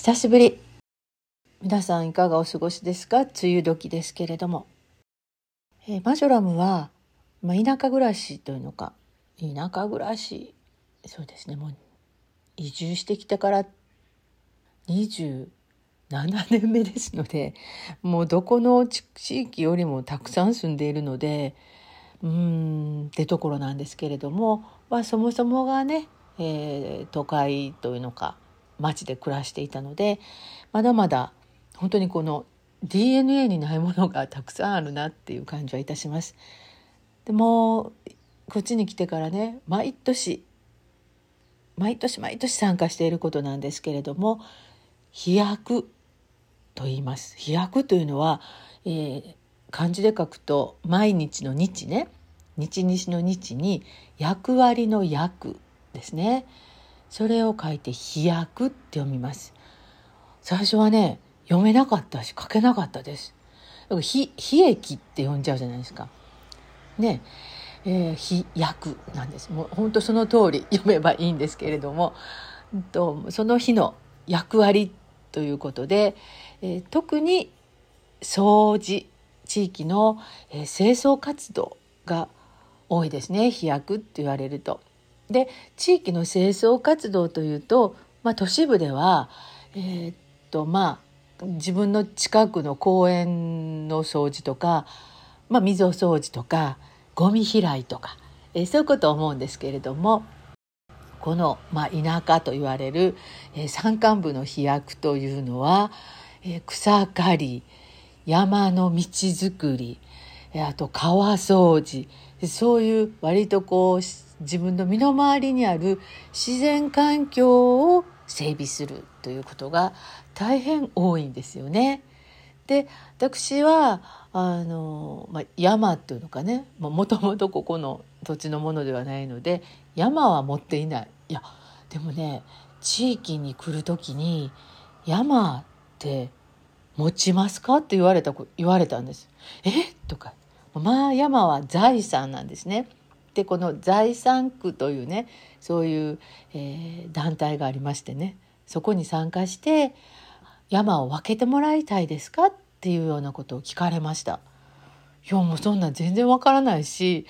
久しぶり。皆さんいかがお過ごしですか？梅雨時ですけれども、マジョラムは、田舎暮らしというのか、田舎暮らし、そうですね、もう移住してきてから27年目ですので、もうどこの地域よりもたくさん住んでいるのでってところなんですけれども、そもそもがね、都会というのか町で暮らしていたので、まだまだ本当にこの DNA にないものがたくさんあるなっていう感じはいたします。でもこっちに来てからね、毎年参加していることなんですけれども、飛躍と言います。飛躍というのは、漢字で書くと毎日の日ね、日々の日に役割の役ですね。それを書いて飛躍って読みます。最初はね、読めなかったし書けなかったです。悲劇って呼んじゃうじゃないですかね。飛躍なんです。もう本当その通り読めばいいんですけれども、その日の役割ということで、特に掃除、地域の、清掃活動が多いですね。飛躍って言われると。で、地域の清掃活動というと、都市部では、自分の近くの公園の掃除とか、溝掃除とかゴミ拾いとか、そういうことを思うんですけれども、この、田舎と言われる、山間部の飛躍というのは、草刈り、山の道作り、あと川掃除、そういう割と自分の身の回りにある自然環境を整備するということが大変多いんですよね。で、私は山っていうのかね、もともとここの土地のものではないので山は持っていない。いやでもね、地域に来る時に山って持ちますかって言われたんです。とか、山は財産なんですね。で、この財産区というね、そういう、団体がありましてね、そこに参加して山を分けてもらいたいですかっていうようなことを聞かれました。いやもうそんなん全然わからないし、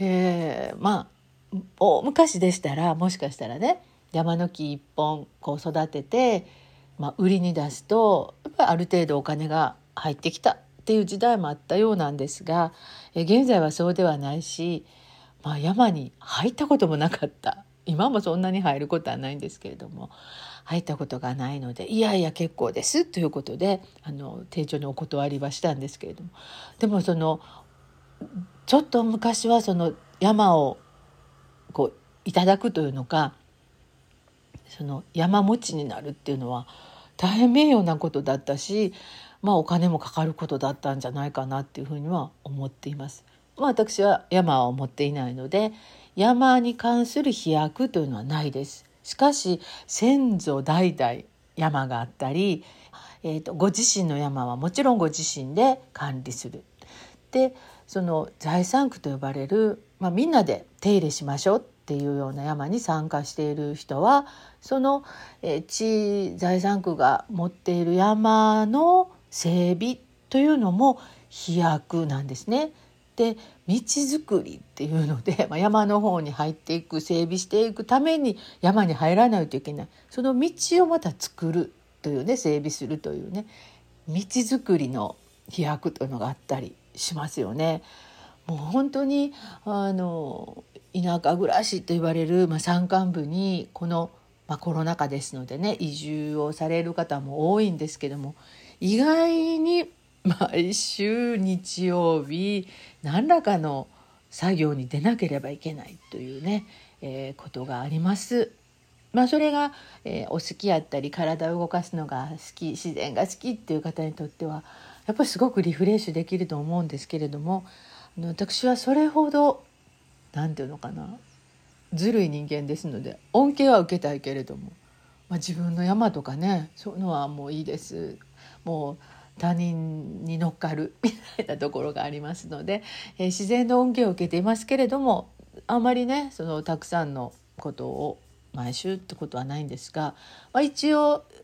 大昔でしたらもしかしたらね、山の木一本育てて、売りに出すとやっぱりある程度お金が入ってきたっていう時代もあったようなんですが、現在はそうではないし、山に入ったこともなかった。今もそんなに入ることはないんですけれども、入ったことがないので、いやいや結構ですということで丁重にお断りはしたんですけれども、でもちょっと昔はその山をいただくというのか、その山持ちになるっていうのは大変名誉なことだったし、お金もかかることだったんじゃないかなっていうふうには思っています。私は山を持っていないので山に関する飛躍というのはないです。しかし先祖代々山があったり、ご自身の山はもちろんご自身で管理する。で、その財産区と呼ばれる、みんなで手入れしましょうっていうような山に参加している人は、その、財産区が持っている山の整備というのも飛躍なんですね。で、道作りっていうので、山の方に入っていく、整備していくために山に入らないといけない。その道をまた作るというね、整備するというね、道作りの飛躍というのがあったりしますよね。もう本当に田舎暮らしと言われる、山間部にこの、コロナ禍ですのでね、移住をされる方も多いんですけども、意外に毎週日曜日何らかの作業に出なければいけないというね、ことがあります。それが、お好きやったり体を動かすのが好き、自然が好きっていう方にとってはやっぱりすごくリフレッシュできると思うんですけれども、私はそれほどなんていうのかな、ずるい人間ですので恩恵は受けたいけれども、自分の山とかね、そういうのはもういいです。もう他人に乗っかるみたいなところがありますので、自然の恩恵を受けていますけれども、あまりねたくさんのことを毎週ってことはないんですが、一応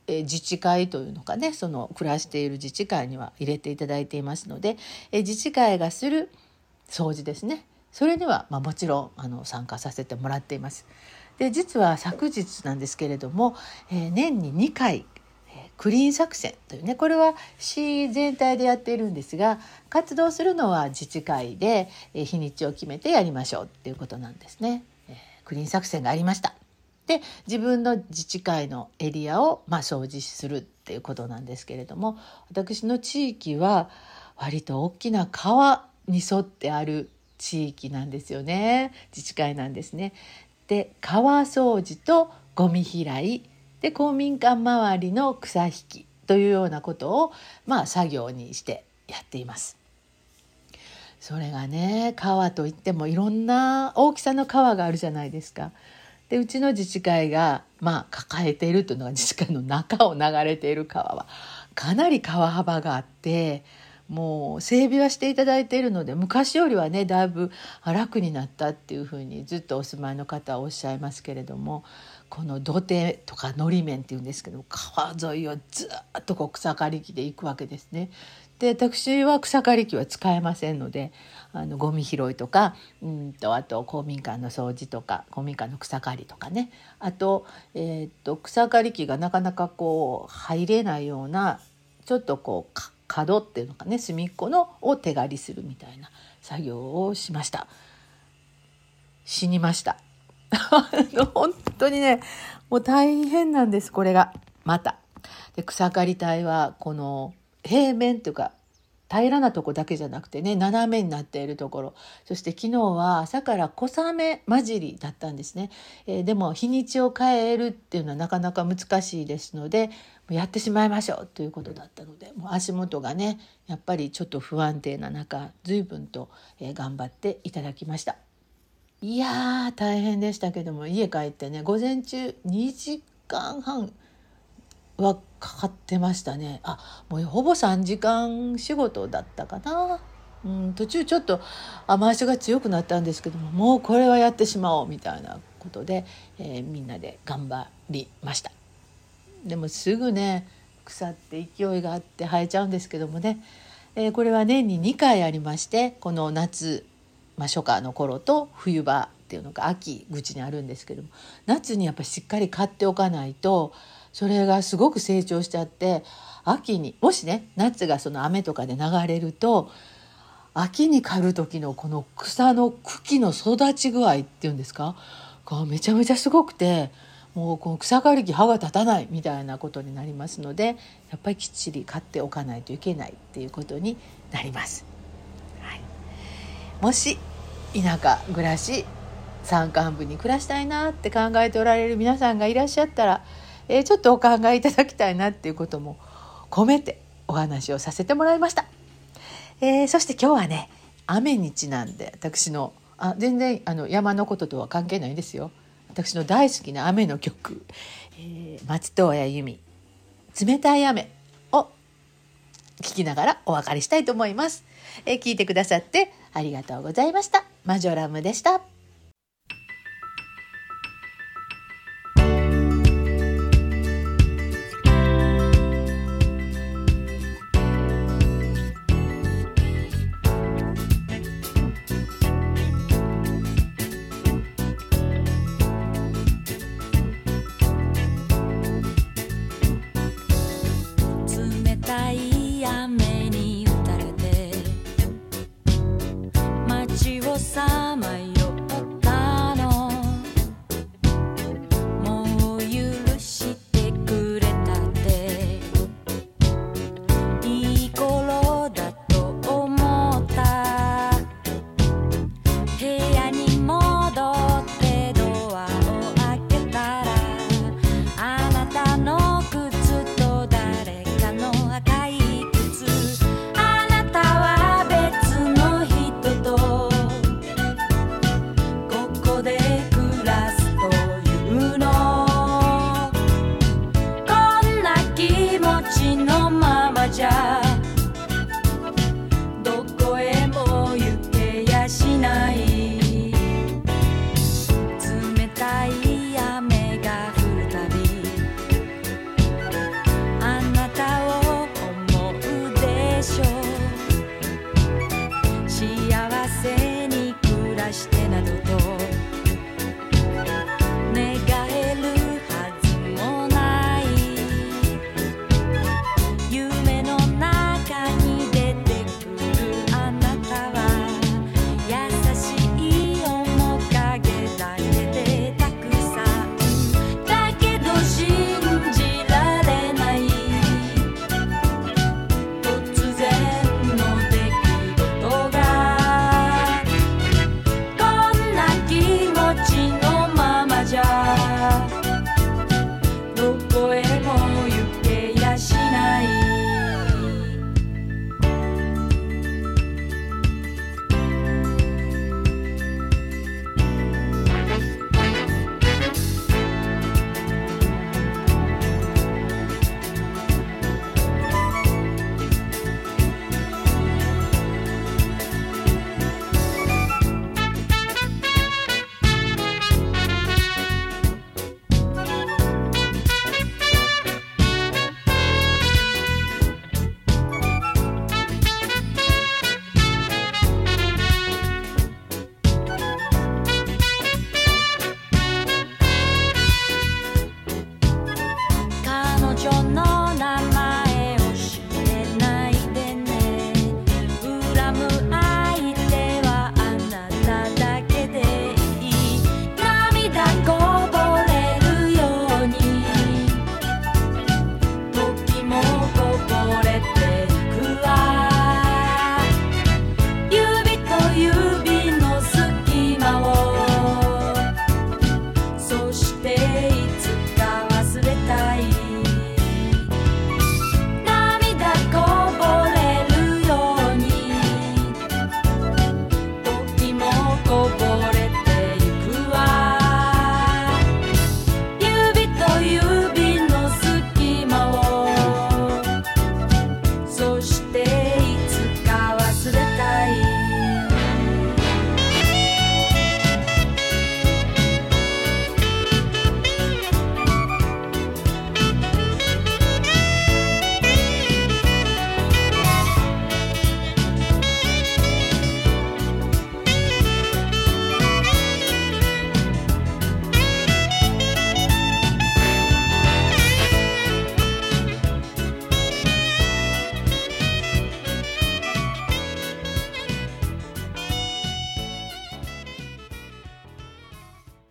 自治会というのかね、その暮らしている自治会には入れていただいていますので、自治会がする掃除ですね、それにはもちろん参加させてもらっています。で実は昨日なんですけれども、年に2回クリーン作戦というね、これは市全体でやっているんですが、活動するのは自治会で日にちを決めてやりましょうっていうことなんですね。クリーン作戦がありました。で自分の自治会のエリアを掃除するっていうことなんですけれども、私の地域は割と大きな川に沿ってある地域なんですよね。自治会なんですね。で川掃除とゴミ拾いで公民館周りの草引きというようなことを作業にしてやっています。それがね、川といってもいろんな大きさの川があるじゃないですか。でうちの自治会が抱えているというのが、自治会の中を流れている川はかなり川幅があって、もう整備はしていただいているので、昔よりはねだいぶ楽になったっていうふうにずっとお住まいの方はおっしゃいますけれども、この土手とかのり面っていうんですけど、川沿いをずっと草刈り機で行くわけですね。で私は草刈り機は使えませんので、ゴミ拾いとかあと公民館の掃除とか公民館の草刈りとかね、あと、草刈り機がなかなか入れないようなちょっと角っていうのかね、隅っこのを手刈りするみたいな作業をしました。死にました本当にね、もう大変なんです、これがまた。で草刈り隊はこの平面というか平らなとこだけじゃなくてね、斜めになっているところ、そして昨日は朝から小雨混じりだったんですね。でも日にちを変えるっていうのはなかなか難しいですので、やってしまいましょうということだったので、もう足元がねやっぱりちょっと不安定な中、随分と頑張っていただきました。いやー大変でしたけども、家帰ってね午前中2時間半はかかってましたね。もうほぼ3時間仕事だったかな。途中ちょっと雨足が強くなったんですけども、もうこれはやってしまおうみたいなことで、みんなで頑張りました。でもすぐね腐って勢いがあって生えちゃうんですけどもね、これは年に2回ありまして、この夏、初夏の頃と冬場っていうのが秋口にあるんですけども、夏にやっぱりしっかり刈っておかないとそれがすごく成長しちゃって、秋にもしね夏がその雨とかで流れると、秋に刈る時のこの草の茎の育ち具合っていうんですか、めちゃめちゃすごくて、もうこの草刈り機歯が立たないみたいなことになりますので、やっぱりきっちり刈っておかないといけないっていうことになります。もし田舎暮らし、山間部に暮らしたいなって考えておられる皆さんがいらっしゃったら、ちょっとお考えいただきたいなっていうことも込めてお話をさせてもらいました。そして今日はね雨にちなんで、私の全然山のこととは関係ないんですよ。私の大好きな雨の曲、松任谷由実冷たい雨を聞きながらお別れしたいと思います。聞いてくださってありがとうございました。マジョラムでした。 冷たい雨に打たれて街をさまよ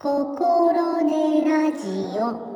心根ラジオ